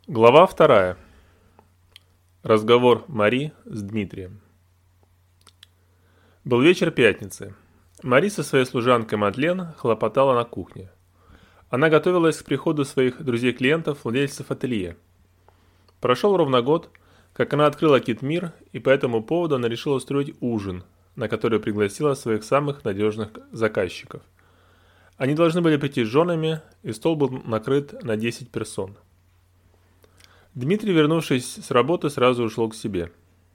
Глава 2. Разговор Мари с Дмитрием. Был вечер пятницы. Мари со своей служанкой Мадлен хлопотала на кухне. Она готовилась к приходу своих друзей-клиентов, владельцев ателье. Прошел ровно год, как она открыла Кит-Мир, и по этому поводу она решила устроить ужин, на который пригласила своих самых надежных заказчиков. Они должны были прийти с женами, и стол был накрыт на 10 персон. Дмитрий, вернувшись с работы, сразу ушел к себе.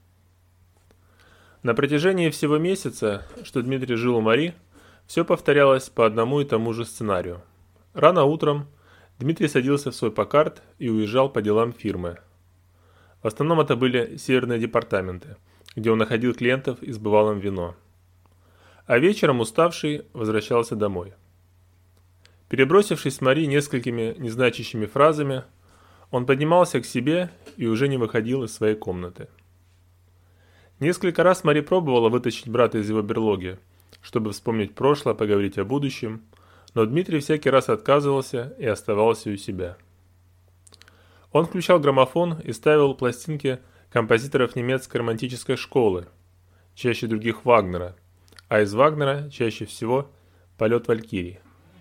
На протяжении всего месяца, что Дмитрий жил у Мари, все повторялось по одному и тому же сценарию. Рано утром Дмитрий садился в свой Паккарт и уезжал по делам фирмы. В основном это были северные департаменты, где он находил клиентов и сбывал им вино. А вечером, уставший, возвращался домой. Перебросившись с Мари несколькими незначащими фразами, он поднимался к себе и уже не выходил из своей комнаты. Несколько раз Мари пробовала вытащить брата из его берлоги, чтобы вспомнить прошлое, поговорить о будущем, но Дмитрий всякий раз отказывался и оставался у себя. Он включал граммофон и ставил пластинки композиторов немецкой романтической школы, чаще других Вагнера, а из Вагнера чаще всего «Полет Валькирии».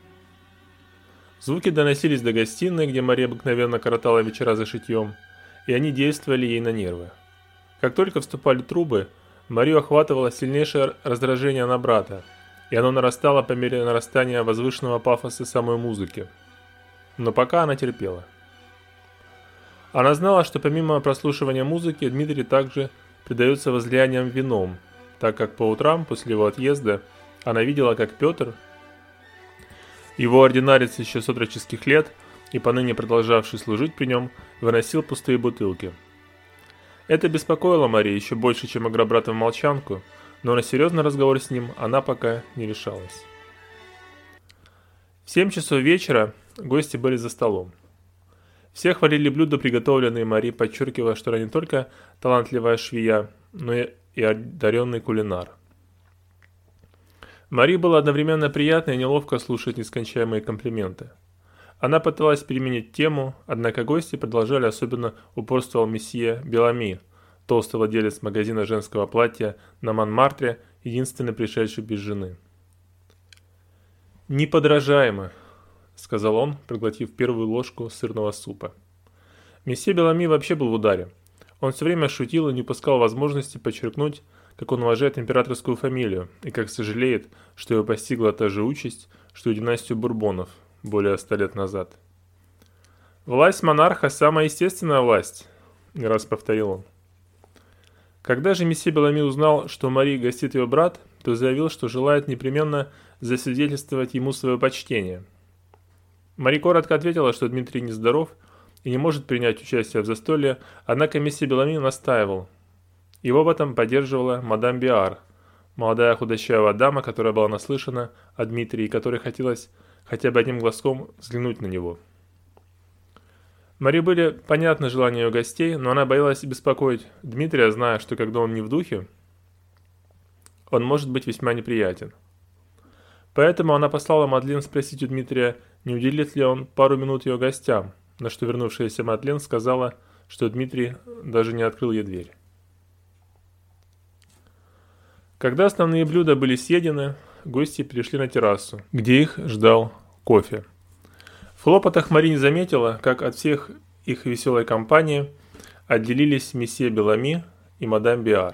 Звуки доносились до гостиной, где Мария обыкновенно коротала вечера за шитьем, и они действовали ей на нервы. Как только вступали трубы, Марию охватывало сильнейшее раздражение на брата, и оно нарастало по мере нарастания возвышенного пафоса самой музыки. Но пока она терпела. Она знала, что помимо прослушивания музыки, Дмитрий также предается возлияниям вином, так как по утрам после его отъезда она видела, как Петр, его ординарец еще с отроческих лет и поныне продолжавший служить при нем, выносил пустые бутылки. Это беспокоило Марию еще больше, чем игра брата в молчанку, но на серьезный разговор с ним она пока не решалась. В 7 часов вечера гости были за столом. Все хвалили блюда, приготовленные Мари, подчеркивая, что она не только талантливая швея, но и одаренный кулинар. Мари было одновременно приятно и неловко слушать нескончаемые комплименты. Она пыталась переменить тему, однако гости продолжали, особенно упорствовал месье Белами, толстый владелец магазина женского платья на Монмартре, единственный пришедший без жены. «Неподражаемо», — сказал он, проглотив первую ложку сырного супа. Месье Белами вообще был в ударе. Он все время шутил и не упускал возможности подчеркнуть, как он уважает императорскую фамилию и как сожалеет, что его постигла та же участь, что и династию Бурбонов более 100 лет назад. «Власть монарха – самая естественная власть», – не раз повторил он. Когда же месье Белами узнал, что у Мари гостит ее брат, то заявил, что желает непременно засвидетельствовать ему свое почтение. Мари коротко ответила, что Дмитрий нездоров и не может принять участие в застолье, однако месье Белами настаивал. Его в этом поддерживала мадам Биар, молодая худощавая дама, которая была наслышана о Дмитрии и которой хотелось хотя бы одним глазком взглянуть на него. Мари были понятны желания ее гостей, но она боялась беспокоить Дмитрия, зная, что когда он не в духе, он может быть весьма неприятен. Поэтому она послала Мадлен спросить у Дмитрия, не уделит ли он пару минут ее гостям, на что вернувшаяся Мадлен сказала, что Дмитрий даже не открыл ей дверь. Когда основные блюда были съедены, гости перешли на террасу, где их ждал кофе. В хлопотах Мари не заметила, как от всех их веселой компании отделились месье Белами и мадам Биар.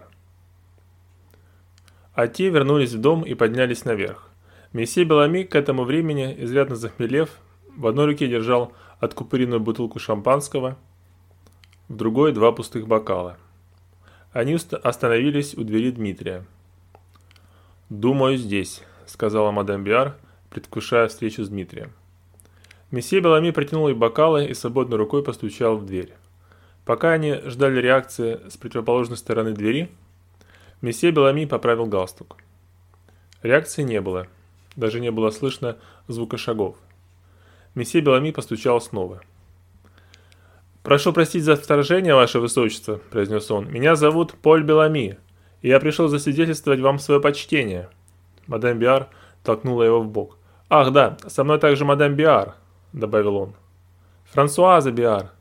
А те вернулись в дом и поднялись наверх. Месье Белами, к этому времени, изрядно захмелев, в одной руке держал откупоренную бутылку шампанского, в другой 2 пустых бокала. Они остановились у двери Дмитрия. «Думаю, здесь», — сказала мадам Биар, предвкушая встречу с Дмитрием. Месье Белами протянул ей бокалы и свободной рукой постучал в дверь. Пока они ждали реакции с противоположной стороны двери, месье Белами поправил галстук. Реакции не было, даже не было слышно звука шагов. Месье Белами постучал снова. «Прошу простить за вторжение, ваше высочество», — произнес он. «Меня зовут Поль Белами. И я пришел засвидетельствовать вам свое почтение». Мадам Биар толкнула его в бок. «Ах, да, со мной также мадам Биар», — добавил он. «Франсуаза Биар»,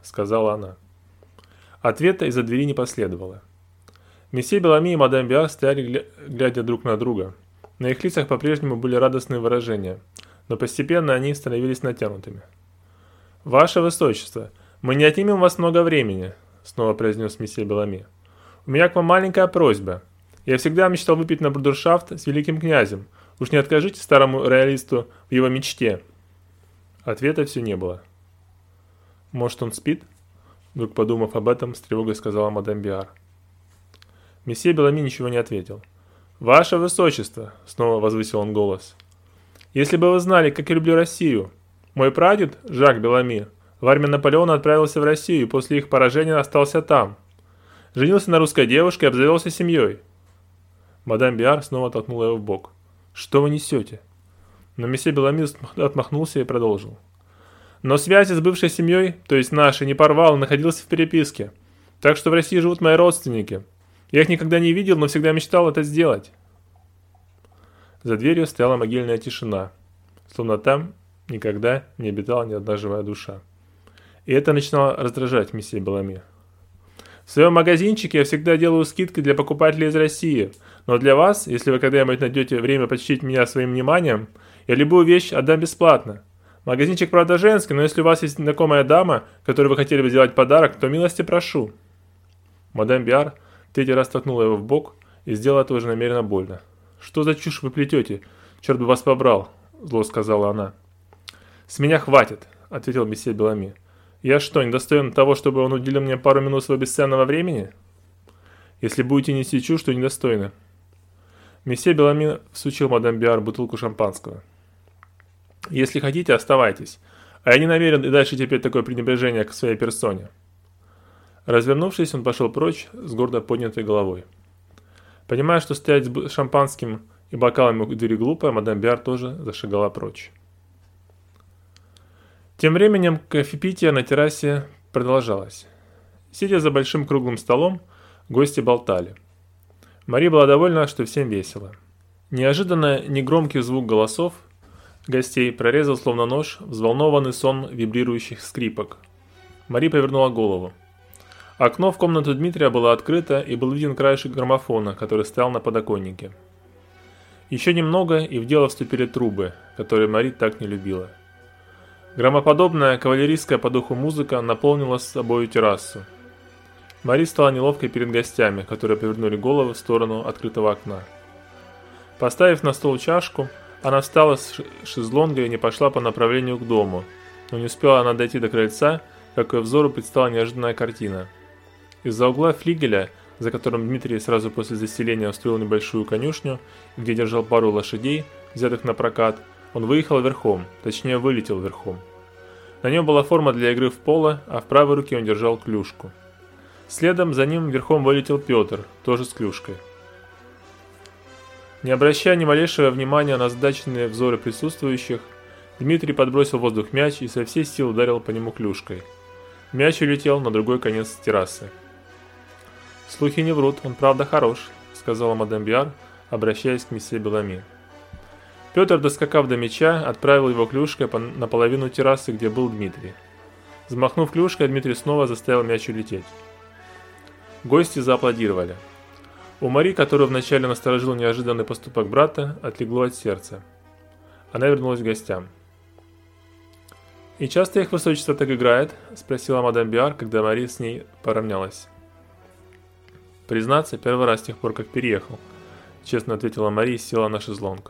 сказала она. Ответа из-за двери не последовало. Месье Белами и мадам Биар стояли, глядя друг на друга. На их лицах по-прежнему были радостные выражения, но постепенно они становились натянутыми. «Ваше Высочество, мы не отнимем у вас много времени», — снова произнес месье Белами. «У меня к вам маленькая просьба. Я всегда мечтал выпить на брудершафт с великим князем. Уж не откажите старому роялисту в его мечте». Ответа все не было. «Может, он спит?» Вдруг подумав об этом, с тревогой сказала мадам Биар. Месье Белами ничего не ответил. «Ваше Высочество!» — снова возвысил он голос. «Если бы вы знали, как я люблю Россию. Мой прадед, Жак Белами, в армии Наполеона отправился в Россию и после их поражения остался там. Женился на русской девушке и обзавелся семьей». Мадам Биар снова толкнула его в бок. «Что вы несете?» Но месье Белами отмахнулся и продолжил. «Но связи с бывшей семьей, то есть нашей, не порвал и находился в переписке. Так что в России живут мои родственники. Я их никогда не видел, но всегда мечтал это сделать». За дверью стояла могильная тишина, словно там никогда не обитала ни одна живая душа. И это начинало раздражать месье Белами. «В своем магазинчике я всегда делаю скидки для покупателей из России, но для вас, если вы когда-нибудь найдете время почтить меня своим вниманием, я любую вещь отдам бесплатно. Магазинчик, правда, женский, но если у вас есть знакомая дама, которой вы хотели бы сделать подарок, то милости прошу». Мадам Биар третий раз толкнула его в бок и сделала это уже намеренно больно. «Что за чушь вы плетете? Черт бы вас побрал!» – зло сказала она. «С меня хватит», – ответил месье Белами. «Я что, недостоин того, чтобы он уделил мне пару минут своего бесценного времени? Если будете нести чушь, то недостойны». Месье Белами всучил мадам Биар бутылку шампанского. «Если хотите, оставайтесь, а я не намерен и дальше терпеть такое пренебрежение к своей персоне». Развернувшись, он пошел прочь с гордо поднятой головой. Понимая, что стоять с шампанским и бокалами у двери глупо, мадам Биар тоже зашагала прочь. Тем временем кофепитие на террасе продолжалось. Сидя за большим круглым столом, гости болтали. Мари была довольна, что всем весело. Неожиданно негромкий звук голосов гостей прорезал словно нож взволнованный сон вибрирующих скрипок. Мари повернула голову. Окно в комнату Дмитрия было открыто, и был виден краешек граммофона, который стоял на подоконнике. Еще немного, и в дело вступили трубы, которые Мари так не любила. Громоподобная кавалерийская по духу музыка наполнила собою террасу. Мари стала неловкой перед гостями, которые повернули головы в сторону открытого окна. Поставив на стол чашку, она встала с шезлонга и не пошла по направлению к дому, но не успела она дойти до крыльца, как ее взору предстала неожиданная картина. Из-за угла флигеля, за которым Дмитрий сразу после заселения устроил небольшую конюшню, где держал пару лошадей, взятых на прокат, он выехал верхом, точнее вылетел верхом. На нем была форма для игры в поло, а в правой руке он держал клюшку. Следом за ним верхом вылетел Петр, тоже с клюшкой. Не обращая ни малейшего внимания на задаченные взоры присутствующих, Дмитрий подбросил в воздух мяч и со всей силы ударил по нему клюшкой. Мяч улетел на другой конец террасы. «Слухи не врут, он правда хорош», — сказала мадам Биар, обращаясь к месье Белами. Петр, доскакав до мяча, отправил его клюшкой на половину террасы, где был Дмитрий. Взмахнув клюшкой, Дмитрий снова заставил мяч улететь. Гости зааплодировали. У Мари, которую вначале насторожил неожиданный поступок брата, отлегло от сердца. Она вернулась к гостям. «И часто их высочество так играет?» – спросила мадам Биар, когда Мари с ней поравнялась. «Признаться, первый раз с тех пор, как переехал», – честно ответила Мари и села на шезлонг.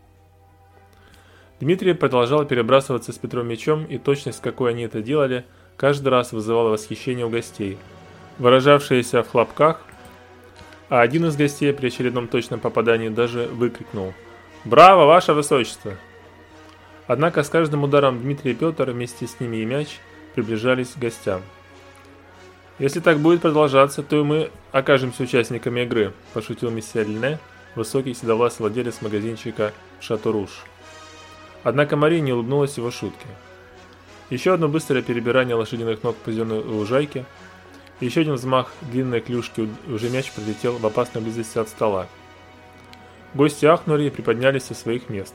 Дмитрий продолжал перебрасываться с Петром мячом, и точность, с какой они это делали, каждый раз вызывала восхищение у гостей, выражавшееся в хлопках, а один из гостей при очередном точном попадании даже выкрикнул: «Браво, ваше высочество!». Однако с каждым ударом Дмитрий и Петр, вместе с ними и мяч, приближались к гостям. «Если так будет продолжаться, то и мы окажемся участниками игры», – пошутил месье Льне, высокий седовласый владелец магазинчика «Шато-Руж». Однако Мари не улыбнулась его шутке. Еще одно быстрое перебирание лошадиных ног по зеленой лужайке, еще один взмах длинной клюшки, уже мяч прилетел в опасной близости от стола. Гости ахнули и приподнялись со своих мест.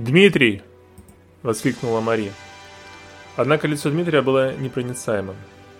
«Дмитрий!» – воскликнула Мари. Однако лицо Дмитрия было непроницаемым.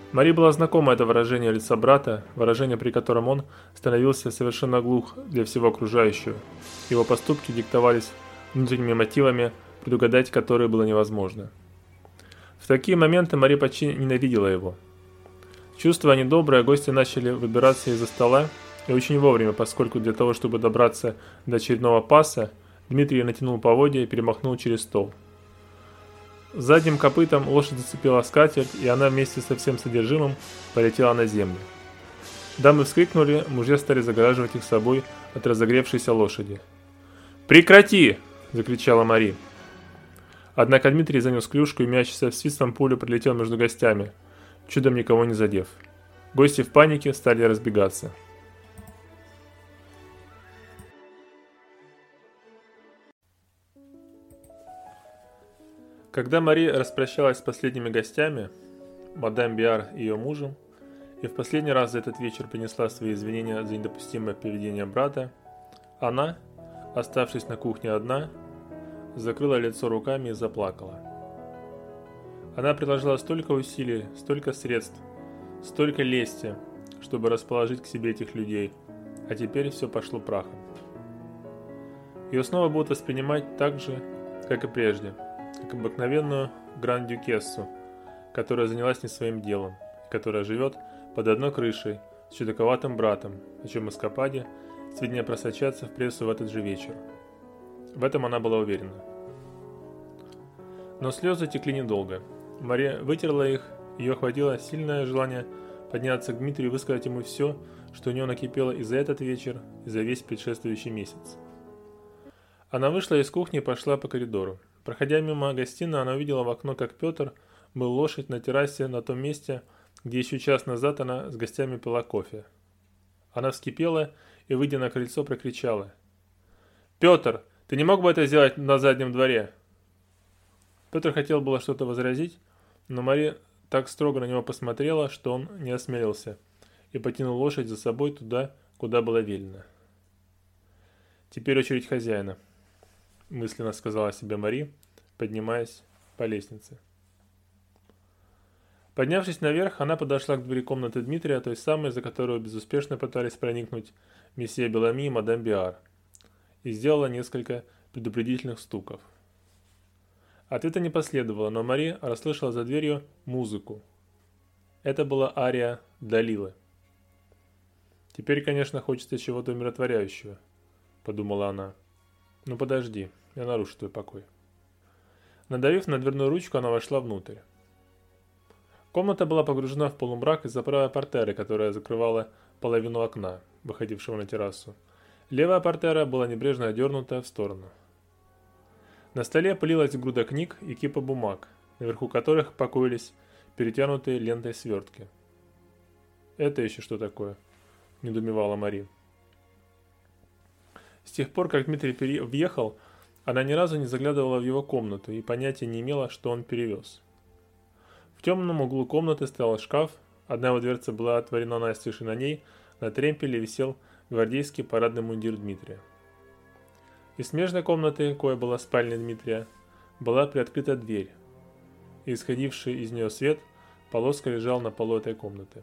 Мари было знакомо это выражение лица брата, выражение, при котором он становился совершенно глух для всего окружающего. Его поступки диктовались внутренними мотивами, предугадать которые было невозможно. В такие моменты Мари почти ненавидела его. Чувствуя недоброе, гости начали выбираться из-за стола, и очень вовремя, поскольку для того, чтобы добраться до очередного паса, Дмитрий натянул поводья и перемахнул через стол. Задним копытом лошадь зацепила скатерть, и она вместе со всем содержимым полетела на землю. Дамы вскрикнули, мужья стали загораживать их собой от разогревшейся лошади. «Прекрати!» – закричала Мари. Однако Дмитрий занес клюшку, и мяч со свистом пулю пролетел между гостями, чудом никого не задев. Гости в панике стали разбегаться. Когда Мари распрощалась с последними гостями, мадам Биар и ее мужем, и в последний раз за этот вечер принесла свои извинения за недопустимое поведение брата, она, оставшись на кухне одна, закрыла лицо руками и заплакала. Она приложила столько усилий, столько средств, столько лести, чтобы расположить к себе этих людей, а теперь все пошло прахом. Ее снова будут воспринимать так же, как и прежде, как обыкновенную гранд-дюкессу, которая занялась не своим делом, которая живет под одной крышей с чудаковатым братом, о чем эскападе сведения просочатся в прессу в этот же вечер. В этом она была уверена. Но слезы текли недолго. Мария вытерла их, ее охватило сильное желание подняться к Дмитрию и высказать ему все, что у нее накипело и за этот вечер, и за весь предшествующий месяц. Она вышла из кухни и пошла по коридору. Проходя мимо гостиной, она увидела в окно, как Петр мыл лошадь на террасе на том месте, где еще час назад она с гостями пила кофе. Она вскипела и, выйдя на крыльцо, прокричала: «Петр, ты не мог бы это сделать на заднем дворе?» Петр хотел было что-то возразить, но Мария так строго на него посмотрела, что он не осмелился, и потянул лошадь за собой туда, куда было велено. «Теперь очередь хозяина», — мысленно сказала себе Мари, поднимаясь по лестнице. Поднявшись наверх, она подошла к двери комнаты Дмитрия, той самой, за которую безуспешно пытались проникнуть месье Белами и мадам Биар, и сделала несколько предупредительных стуков. Ответа не последовало, но Мари расслышала за дверью музыку. Это была ария Далилы. «Теперь, конечно, хочется чего-то умиротворяющего», — подумала она. «Ну подожди, я нарушу твой покой». Надавив на дверную ручку, она вошла внутрь. Комната была погружена в полумрак из-за правой портьеры, которая закрывала половину окна, выходившего на террасу. Левая портьера была небрежно одернута в сторону. На столе пылилась груда книг и кипа бумаг, наверху которых покоились перетянутые лентой свертки. «Это еще что такое?» – недоумевала Мари. С тех пор, как Дмитрий въехал, она ни разу не заглядывала в его комнату и понятия не имела, что он перевез. В темном углу комнаты стоял шкаф, одна его дверца была отворена настежь, и на ней на тремпеле висел гвардейский парадный мундир Дмитрия. Из смежной комнаты, кое была спальня Дмитрия, была приоткрыта дверь, и исходивший из нее свет полоской лежал на полу этой комнаты.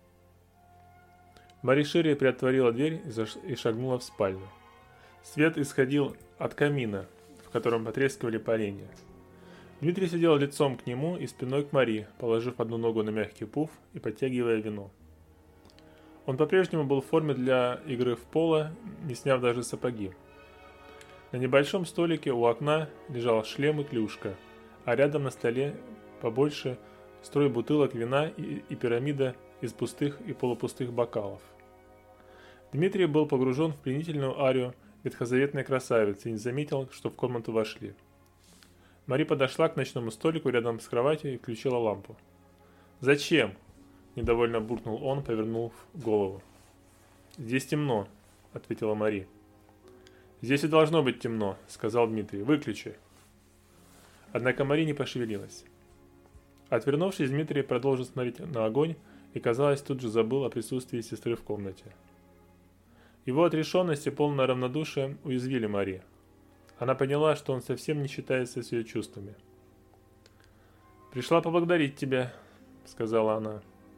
Мари шире приотворила дверь и шагнула в спальню. Свет исходил от камина, в котором потрескивали поленья. Дмитрий сидел лицом к нему и спиной к Мари, положив одну ногу на мягкий пуф и подтягивая вино. Он по-прежнему был в форме для игры в поло, не сняв даже сапоги. На небольшом столике у окна лежал шлем и клюшка, а рядом на столе побольше строй бутылок вина и пирамида из пустых и полупустых бокалов. Дмитрий был погружен в пленительную арию ветхозаветной красавицы и не заметил, что в комнату вошли. Мари подошла к ночному столику рядом с кроватью и включила лампу. «Зачем?» – недовольно буркнул он, повернув голову. «Здесь темно», – ответила Мари. «Здесь и должно быть темно», – сказал Дмитрий. «Выключи». Однако Мари не пошевелилась. Отвернувшись, Дмитрий продолжил смотреть на огонь и, казалось, тут же забыл о присутствии сестры в комнате. Его отрешенность и полное равнодушие уязвили Мари. Она поняла, что он совсем не считается с ее чувствами. «Пришла поблагодарить тебя», — сказала она.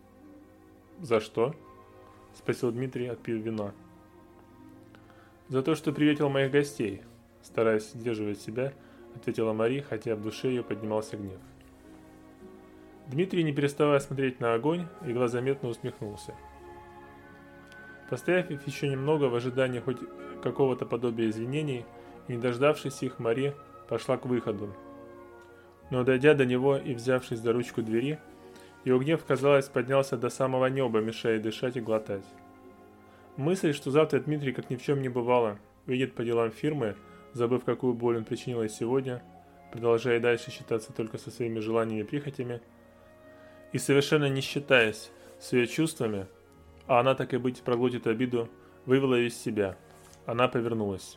«За что?» – спросил Дмитрий, отпив вина. «За то, что приветил моих гостей», – стараясь сдерживать себя, ответила Мари, хотя в душе ее поднимался гнев. Дмитрий, не переставая смотреть на огонь, едва заметно усмехнулся. Постояв еще немного в ожидании хоть какого-то подобия извинений, и не дождавшись их, Мари пошла к выходу. Но дойдя до него и взявшись за ручку двери, его гнев, казалось, поднялся до самого неба, мешая дышать и глотать. Мысль, что завтра Дмитрий, как ни в чем не бывало, уедет по делам фирмы, забыв, какую боль он причинил ей сегодня, продолжая дальше считаться только со своими желаниями и прихотями, и совершенно не считаясь с ее чувствами, а она, так и быть, проглотит обиду, вывела ее из себя. Она повернулась.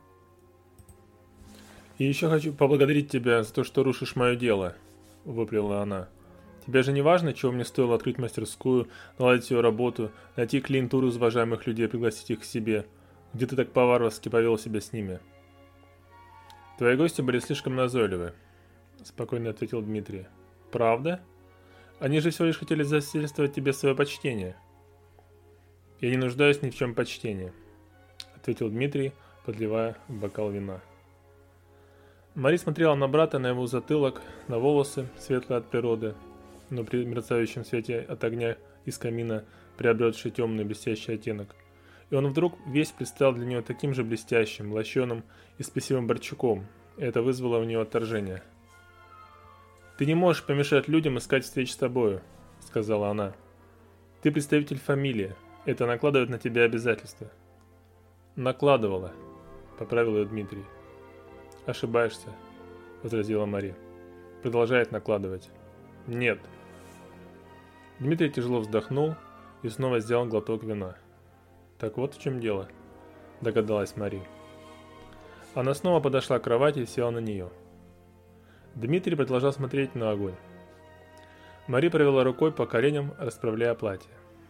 «И еще хочу поблагодарить тебя за то, что рушишь мое дело», — выпалила она. «Тебе же не важно, чего мне стоило открыть мастерскую, наладить ее работу, найти клиентуру из уважаемых людей, пригласить их к себе, где ты так по-варварски повел себя с ними?» «Твои гости были слишком назойливы», — спокойно ответил Дмитрий. «Правда? Они же всего лишь хотели засвидетельствовать тебе свое почтение». «Я не нуждаюсь ни в чем почтении», — ответил Дмитрий, подливая в бокал вина. Мари смотрела на брата, на его затылок, на волосы, светлые от природы, но при мерцающем свете от огня из камина приобретший темный блестящий оттенок. И он вдруг весь предстал для нее таким же блестящим, лощеным и спесивым Борчуком, и это вызвало у нее отторжение. «Ты не можешь помешать людям искать встреч с тобою», — сказала она. «Ты представитель фамилии, это накладывает на тебя обязательства». «Накладывала», — поправил ее Дмитрий. «Ошибаешься», — возразила Мари. «Продолжает накладывать». «Нет». Дмитрий тяжело вздохнул и снова сделал глоток вина. «Так вот в чем дело», — догадалась Мари. Она снова подошла к кровати и села на нее. Дмитрий продолжал смотреть на огонь. Мари провела рукой по коленям, расправляя платье.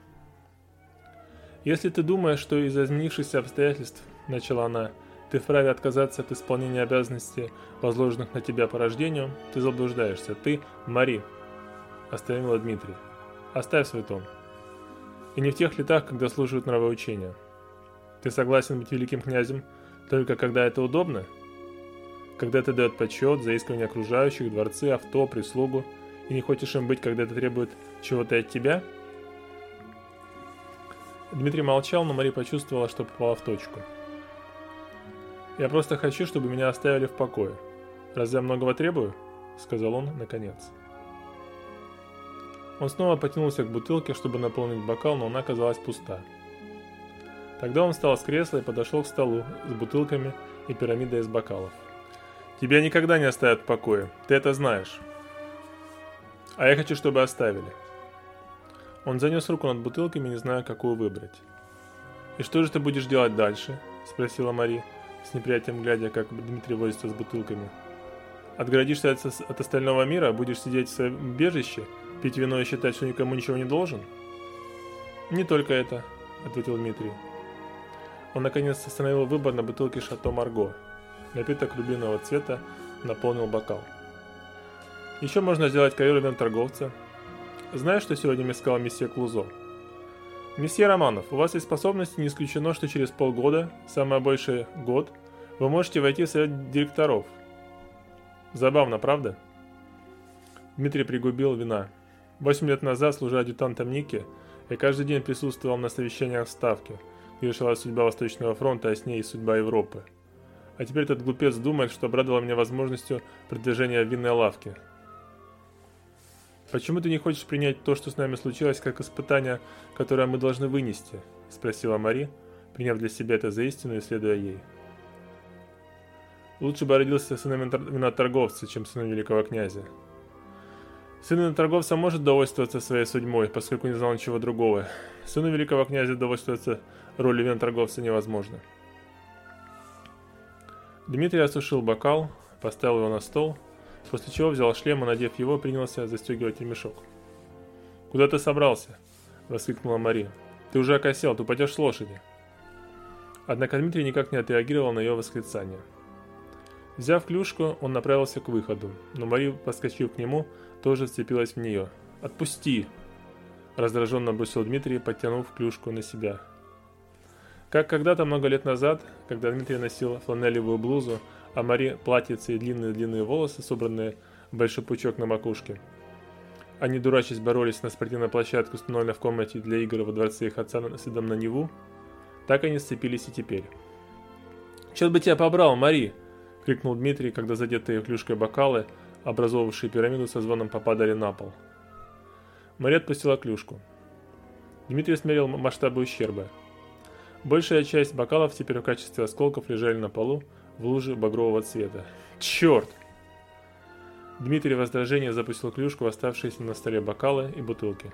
«Если ты думаешь, что из-за изменившихся обстоятельств, — начала она, — ты вправе отказаться от исполнения обязанностей, возложенных на тебя по рождению, ты заблуждаешься. Ты, Мари, — остановила Дмитрий, — оставь свой тон. И не в тех летах, когда слушают нравоучения. Ты согласен быть великим князем только когда это удобно? Когда это дает почет, заискивание окружающих, дворцы, авто, прислугу, и не хочешь им быть, когда это требует чего-то от тебя?» Дмитрий молчал, но Мари почувствовала, что попала в точку. «Я просто хочу, чтобы меня оставили в покое. Разве я многого требую?» — сказал он наконец. Он снова потянулся к бутылке, чтобы наполнить бокал, но она оказалась пуста. Тогда он встал с кресла и подошел к столу с бутылками и пирамидой из бокалов. «Тебя никогда не оставят в покое, ты это знаешь. А я хочу, чтобы оставили». Он занес руку над бутылками, не зная, какую выбрать. «И что же ты будешь делать дальше?» — спросила Мари, с неприятием глядя, как Дмитрий возится с бутылками. «Отгородишься от остального мира, будешь сидеть в своем убежище, пить вино и считать, что никому ничего не должен?» «Не только это», — ответил Дмитрий. Он наконец остановил выбор на бутылке «Шато Марго». Напиток рубинового цвета наполнил бокал. «Еще можно сделать карьеру виноторговца. Знаешь, что сегодня мне сказал месье Клузо? Месье Романов, у вас есть способность, не исключено, что через полгода, самое большее год, вы можете войти в совет директоров. Забавно, правда?» Дмитрий пригубил вина. 8 лет назад, служа адъютантом Ники, я каждый день присутствовал на совещаниях в Ставке, где решалась судьба Восточного фронта, а с ней и судьба Европы. А теперь этот глупец думает, что обрадовал меня возможностью продвижения в винной лавке. «Почему ты не хочешь принять то, что с нами случилось, как испытание, которое мы должны вынести?» — спросила Мари, приняв для себя это за истину и следуя ей. «Лучше бы родился сыном виноторговца, чем сыном великого князя. Сын виноторговца может довольствоваться своей судьбой, поскольку не знал ничего другого. Сыну великого князя довольствоваться ролью виноторговца невозможно». Дмитрий осушил бокал, поставил его на стол, после чего взял шлем и, надев его, принялся застегивать ремешок. «Куда ты собрался?» — воскликнула Мари. «Ты уже окосел, ты упадешь с лошади». Однако Дмитрий никак не отреагировал на ее восклицание. Взяв клюшку, он направился к выходу, но Мари, подскочив к нему, тоже вцепилась в нее. «Отпусти!» раздраженно бросил Дмитрий, подтянув клюшку на себя. Как когда-то много лет назад, когда Дмитрий носил фланелевую блузу, а Мари платьице и длинные-длинные волосы, собранные в большой пучок на макушке. Они, дурачись, боролись на спортивной площадке, установленной в комнате для игр во дворце их отца с видом на Неву. Так они сцепились и теперь. «Черт бы тебя побрал, Мари!» — крикнул Дмитрий, когда задетые клюшкой бокалы, образовавшие пирамиду, со звоном попадали на пол. Мари отпустила клюшку. Дмитрий смерил масштабы ущерба. Большая часть бокалов теперь в качестве осколков лежали на полу в луже багрового цвета. «Черт!» Дмитрий в раздражении запустил клюшку в оставшиеся на столе бокалы и бутылки.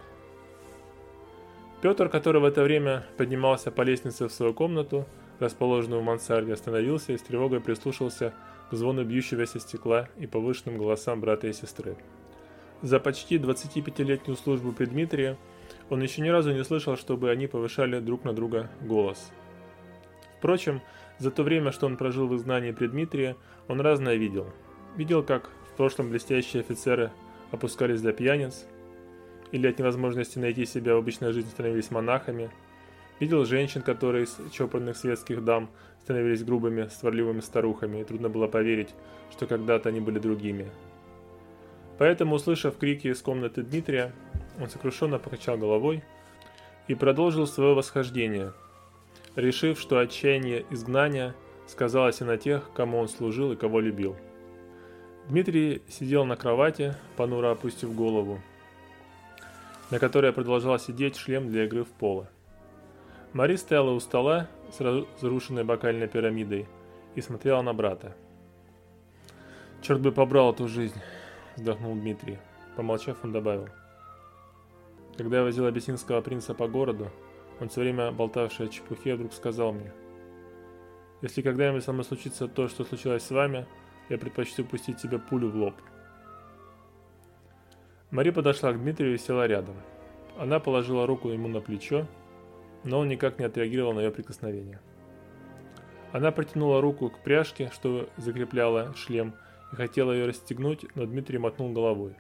Петр, который в это время поднимался по лестнице в свою комнату, расположенную в мансарде, остановился и с тревогой прислушался к звону бьющегося стекла и повышенным голосам брата и сестры. За почти 25-летнюю службу при Дмитрии он еще ни разу не слышал, чтобы они повышали друг на друга голос. Впрочем, за то время, что он прожил в изгнании при Дмитрии, он разное видел. Видел, как в прошлом блестящие офицеры опускались для пьяниц, или от невозможности найти себя в обычной жизни становились монахами. Видел женщин, которые из чопорных светских дам становились грубыми, сварливыми старухами, и трудно было поверить, что когда-то они были другими. Поэтому, услышав крики из комнаты Дмитрия, он сокрушенно покачал головой и продолжил свое восхождение, решив, что отчаяние изгнания сказалось и на тех, кому он служил и кого любил. Дмитрий сидел на кровати, понуро опустив голову, на которой продолжал сидеть шлем для игры в поло. Мари стояла у стола с разрушенной бокальной пирамидой и смотрела на брата. «Черт бы побрал эту жизнь!» — вздохнул Дмитрий. Помолчав, он добавил. «Когда я возил абиссинского принца по городу, он все время болтавший о чепухе вдруг сказал мне: если когда-нибудь со мной случится то, что случилось с вами, я предпочту пустить тебе пулю в лоб». Мари подошла к Дмитрию и села рядом. Она положила руку ему на плечо, но он никак не отреагировал на ее прикосновение. Она протянула руку к пряжке, что закрепляла шлем, и хотела ее расстегнуть, но Дмитрий мотнул головой.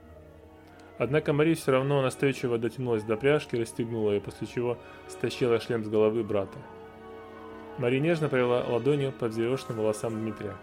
Однако Мари все равно настойчиво дотянулась до пряжки, расстегнула ее, после чего стащила шлем с головы брата. Мари нежно провела ладонью по взъерошенным волосам Дмитрия.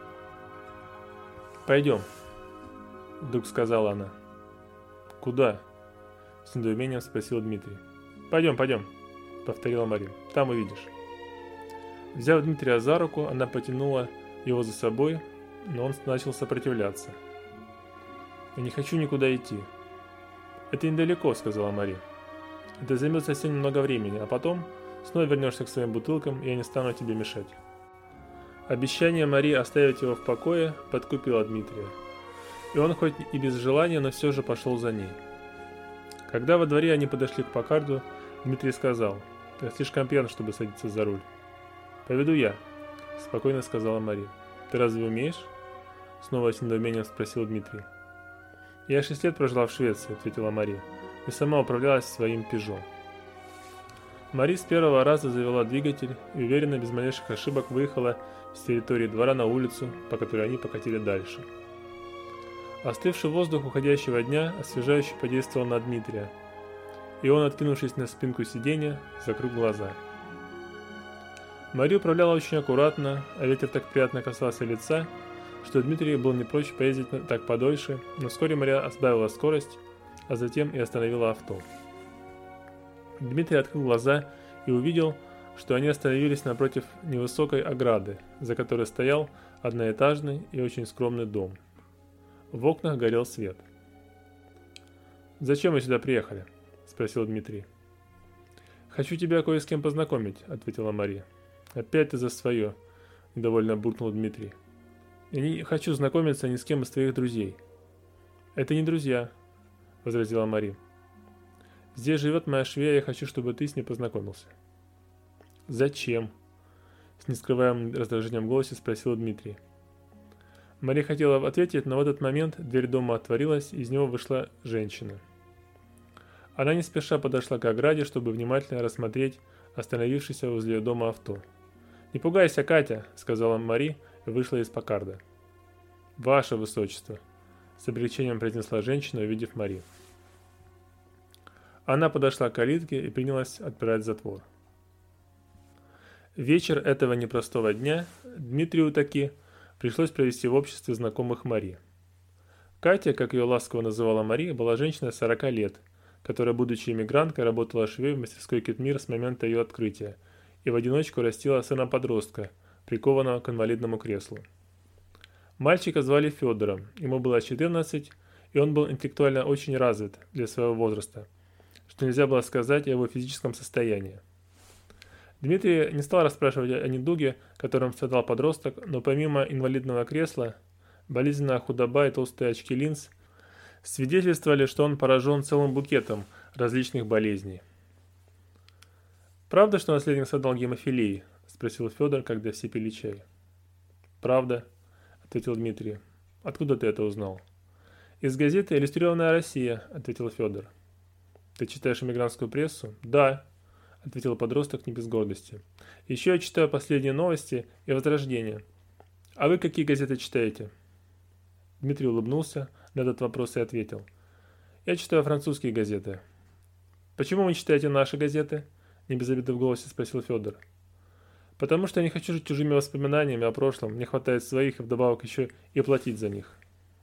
«Пойдем», — вдруг сказала она. «Куда?» — с недоумением спросил Дмитрий. «Пойдем, пойдем», — повторила Мари. «Там увидишь». Взяв Дмитрия за руку, она потянула его за собой, но он начал сопротивляться. «Я не хочу никуда идти». «Это недалеко», — сказала Мари. «Это займет совсем немного времени, а потом снова вернешься к своим бутылкам, и я не стану тебе мешать». Обещание Мари оставить его в покое подкупило Дмитрия, и он хоть и без желания, но все же пошел за ней. Когда во дворе они подошли к Паккарду, Дмитрий сказал: «Ты слишком пьян, чтобы садиться за руль». «Поведу я», — спокойно сказала Мари. «Ты разве умеешь?» — снова с недоумением спросил Дмитрий. «Я 6 лет прожила в Швеции», — ответила Мари, — «и сама управлялась своим «Пежо». Мари с первого раза завела двигатель и уверенно, без малейших ошибок, выехала с территории двора на улицу, по которой они покатили дальше. Остывший воздух уходящего дня освежающе подействовал на Дмитрия, и он, откинувшись на спинку сиденья, закрыл глаза. Мари управляла очень аккуратно, а ветер так приятно касался лица, что Дмитрий был не прочь поездить так подольше, но вскоре Мари сбавила скорость, а затем и остановила авто. Дмитрий открыл глаза и увидел, что они остановились напротив невысокой ограды, за которой стоял одноэтажный и очень скромный дом. В окнах горел свет. «Зачем вы сюда приехали?» – спросил Дмитрий. «Хочу тебя кое с кем познакомить», – ответила Мария. «Опять ты за свое», – недовольно буркнул Дмитрий. «Я не хочу знакомиться ни с кем из твоих друзей». «Это не друзья», – возразила Мария. «Здесь живет моя швея, я хочу, чтобы ты с ней познакомился». «Зачем?» – с нескрываемым раздражением в голосе спросил Дмитрий. Мария хотела ответить, но в этот момент дверь дома отворилась, и из него вышла женщина. Она не спеша подошла к ограде, чтобы внимательно рассмотреть остановившееся возле дома авто. «Не пугайся, Катя», — сказала Мари и вышла из Паккарда. «Ваше высочество», — с облегчением произнесла женщина, увидев Мари. Она подошла к калитке и принялась отпирать затвор. Вечер этого непростого дня Дмитрию таки пришлось провести в обществе знакомых Мари. Катя, как ее ласково называла Мари, была женщиной 40 лет, которая, будучи эмигранткой, работала швеей в мастерской Китмир с момента ее открытия и в одиночку растила сына-подростка, прикованного к инвалидному креслу. Мальчика звали Федором, ему было 14, и он был интеллектуально очень развит для своего возраста, что нельзя было сказать о его физическом состоянии. Дмитрий не стал расспрашивать о недуге, которым страдал подросток, но помимо инвалидного кресла, болезненная худоба и толстые очки линз свидетельствовали, что он поражен целым букетом различных болезней. «Правда, что наследник страдал гемофилией?» – спросил Федор, когда все пили чай. «Правда», – ответил Дмитрий. «Откуда ты это узнал?» «Из газеты «Иллюстрированная Россия», – ответил Федор. «Ты читаешь эмигрантскую прессу?» «Да», – ответил подросток не без гордости. «Еще я читаю последние новости и Возрождение. А вы какие газеты читаете?» Дмитрий улыбнулся на этот вопрос и ответил. «Я читаю французские газеты». «Почему вы читаете наши газеты?» – не без обиды в голосе спросил Федор. «Потому что я не хочу жить чужими воспоминаниями о прошлом, мне хватает своих и вдобавок еще и платить за них».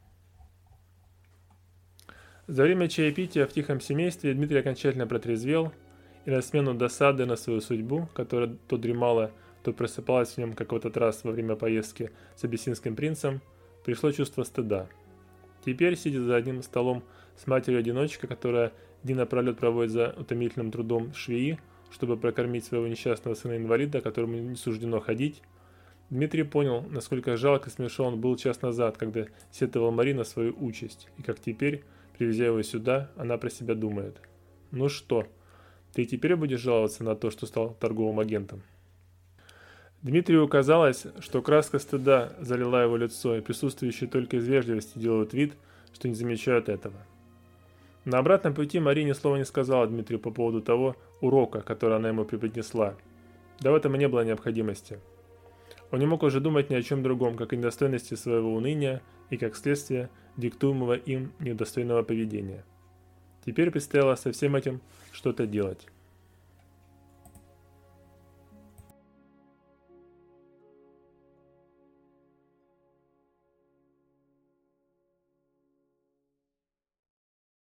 За время чаепития в тихом семействе Дмитрий окончательно протрезвел, и на смену досады на свою судьбу, которая то дремала, то просыпалась в нем, как в этот раз во время поездки с абиссинским принцем, пришло чувство стыда. Теперь, сидя за одним столом с матерью-одиночкой, которая дни напролет проводит за утомительным трудом швеи, чтобы прокормить своего несчастного сына-инвалида, которому не суждено ходить, Дмитрий понял, насколько жалко и смешон он был час назад, когда сетовал Мари на свою участь, и как теперь, привезя его сюда, она про себя думает. «Ну что, ты и теперь будешь жаловаться на то, что стал торговым агентом?» Дмитрию казалось, что краска стыда залила его лицо, и присутствующие только из вежливости делают вид, что не замечают этого. На обратном пути Мария ни слова не сказала Дмитрию по поводу того урока, который она ему преподнесла. Да в этом и не было необходимости. Он не мог уже думать ни о чем другом, как о недостойности своего уныния и, как следствие, диктуемого им недостойного поведения. Теперь предстояло со всем этим что-то делать.